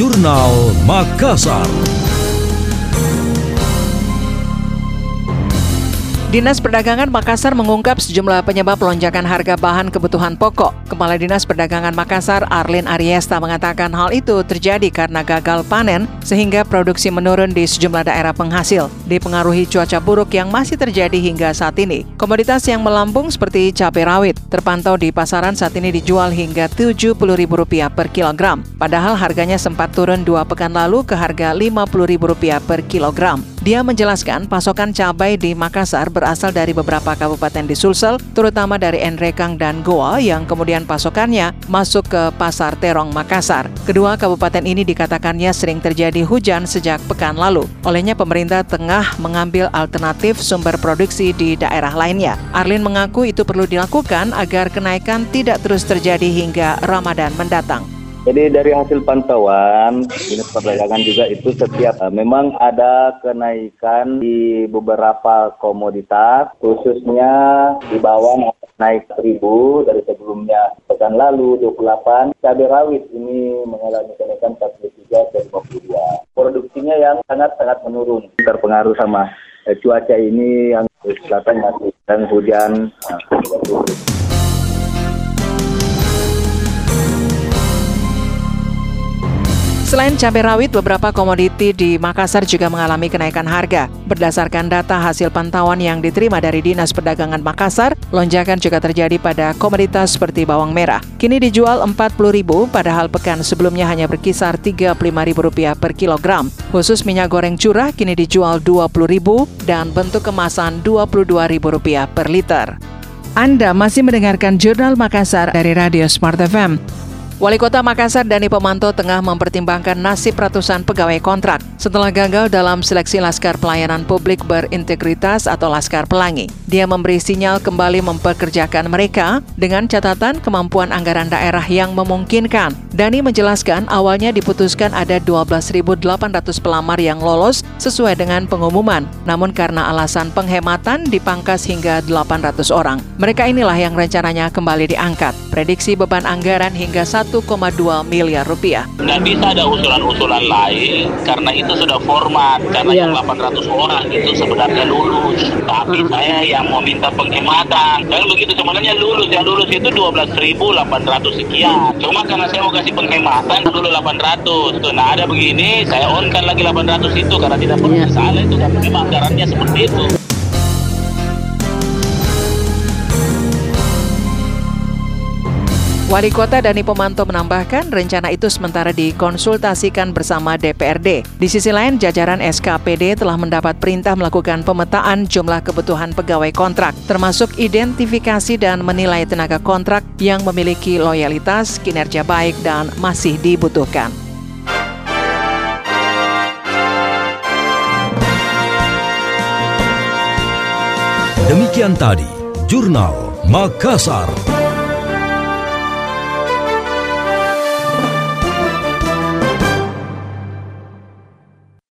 Jurnal Makassar. Dinas Perdagangan Makassar mengungkap sejumlah penyebab lonjakan harga bahan kebutuhan pokok. Kepala Dinas Perdagangan Makassar, Arlin Ariesta, mengatakan hal itu terjadi karena gagal panen sehingga produksi menurun di sejumlah daerah penghasil. Dipengaruhi cuaca buruk yang masih terjadi hingga saat ini. Komoditas yang melambung seperti cabai rawit terpantau di pasaran saat ini dijual hingga Rp70.000 per kilogram. Padahal harganya sempat turun 2 pekan lalu ke harga Rp50.000 per kilogram. Dia menjelaskan pasokan cabai di Makassar berasal dari beberapa kabupaten di Sulsel, terutama dari Nrekang dan Goa yang kemudian pasokannya masuk ke Pasar Terong Makassar. Kedua kabupaten ini dikatakannya sering terjadi hujan sejak pekan lalu. Olehnya pemerintah tengah mengambil alternatif sumber produksi di daerah lainnya. Arlin mengaku itu perlu dilakukan agar kenaikan tidak terus terjadi hingga Ramadan mendatang. Jadi dari hasil pantauan Dinas Perdagangan juga itu setiap memang ada kenaikan di beberapa komoditas, khususnya di bawang naik 1.000 dari sebelumnya pekan lalu 28. Cabai rawit ini mengalami kenaikan 43 dan 52. Produksinya yang sangat menurun, terpengaruh sama cuaca ini yang selatan masih dan hujan. Selain cabai rawit, beberapa komoditi di Makassar juga mengalami kenaikan harga. Berdasarkan data hasil pantauan yang diterima dari Dinas Perdagangan Makassar, lonjakan juga terjadi pada komoditas seperti bawang merah. Kini dijual Rp40.000, padahal pekan sebelumnya hanya berkisar Rp35.000 per kilogram. Khusus minyak goreng curah kini dijual Rp20.000 dan bentuk kemasan Rp22.000 per liter. Anda masih mendengarkan Jurnal Makassar dari Radio Smart FM. Wali Kota Makassar Dani Pomanto tengah mempertimbangkan nasib ratusan pegawai kontrak setelah gagal dalam seleksi Laskar Pelayanan Publik Berintegritas atau Laskar Pelangi. Dia memberi sinyal kembali mempekerjakan mereka dengan catatan kemampuan anggaran daerah yang memungkinkan. Dani menjelaskan awalnya diputuskan ada 12.800 pelamar yang lolos sesuai dengan pengumuman, namun karena alasan penghematan dipangkas hingga 800 orang. Mereka inilah yang rencananya kembali diangkat. Prediksi beban anggaran hingga 1,2 miliar rupiah. Nggak bisa ada usulan-usulan lain karena itu sudah format, karena yang 800 orang itu sebenarnya lulus. Tapi saya yang mau minta penghematan. Kan begitu sebenarnya lulus, yang lulus itu 12.800 sekian. Cuma karena saya mau kasih penghematan dulu 800. Tuh, nah ada begini, saya on-kan lagi 800 itu karena tidak pernah salah itu karena memang anggarannya seperti itu. Wali Kota Dani Pomanto menambahkan rencana itu sementara dikonsultasikan bersama DPRD. Di sisi lain, jajaran SKPD telah mendapat perintah melakukan pemetaan jumlah kebutuhan pegawai kontrak, termasuk identifikasi dan menilai tenaga kontrak yang memiliki loyalitas, kinerja baik, dan masih dibutuhkan. Demikian tadi Jurnal Makassar.